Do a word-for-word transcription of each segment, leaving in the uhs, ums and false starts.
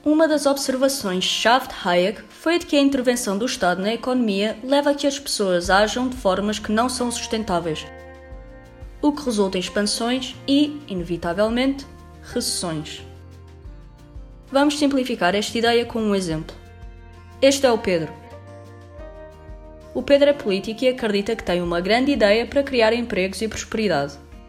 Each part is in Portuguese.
Uma das observações-chave de Hayek foi de que a intervenção do Estado na economia leva a que as pessoas ajam de formas que não são sustentáveis, o que resulta em expansões e, inevitavelmente, recessões. Vamos simplificar esta ideia com um exemplo. Este é o Pedro. O Pedro é político e acredita que tem uma grande ideia para criar empregos e prosperidade.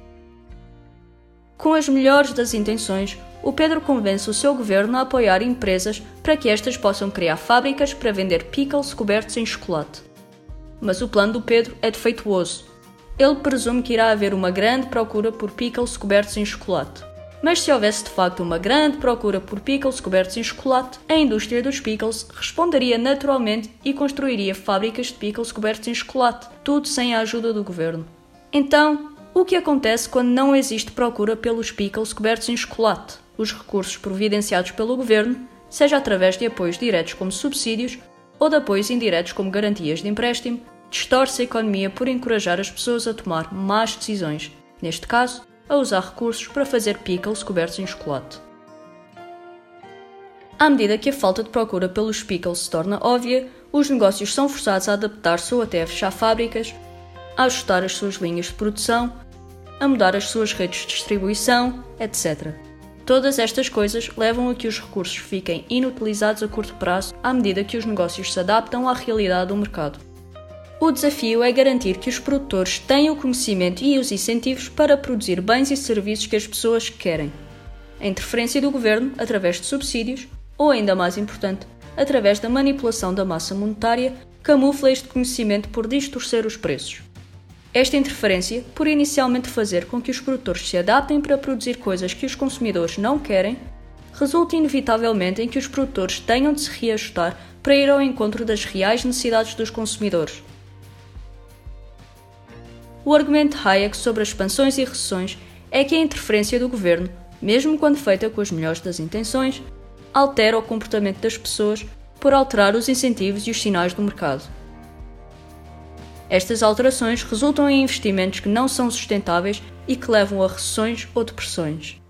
Com as melhores das intenções, o Pedro convence o seu governo a apoiar empresas para que estas possam criar fábricas para vender pickles cobertos em chocolate. Mas o plano do Pedro é defeituoso. Ele presume que irá haver uma grande procura por pickles cobertos em chocolate. Mas se houvesse de facto uma grande procura por pickles cobertos em chocolate, a indústria dos pickles responderia naturalmente e construiria fábricas de pickles cobertos em chocolate, tudo sem a ajuda do governo. Então, o que acontece quando não existe procura pelos pickles cobertos em chocolate? Os recursos providenciados pelo governo, seja através de apoios diretos como subsídios ou de apoios indiretos como garantias de empréstimo, distorce a economia por encorajar as pessoas a tomar más decisões, neste caso, a usar recursos para fazer pickles cobertos em chocolate. À medida que a falta de procura pelos pickles se torna óbvia, os negócios são forçados a adaptar-se ou até a fechar fábricas, a ajustar as suas linhas de produção, a mudar as suas redes de distribuição, etcétera. Todas estas coisas levam a que os recursos fiquem inutilizados a curto prazo à medida que os negócios se adaptam à realidade do mercado. O desafio é garantir que os produtores tenham o conhecimento e os incentivos para produzir bens e serviços que as pessoas querem. A interferência do governo, através de subsídios, ou ainda mais importante, através da manipulação da massa monetária, camufla este conhecimento por distorcer os preços. Esta interferência, por inicialmente fazer com que os produtores se adaptem para produzir coisas que os consumidores não querem, resulta inevitavelmente em que os produtores tenham de se reajustar para ir ao encontro das reais necessidades dos consumidores. O argumento de Hayek sobre as expansões e recessões é que a interferência do governo, mesmo quando feita com as melhores das intenções, altera o comportamento das pessoas por alterar os incentivos e os sinais do mercado. Estas alterações resultam em investimentos que não são sustentáveis e que levam a recessões ou depressões.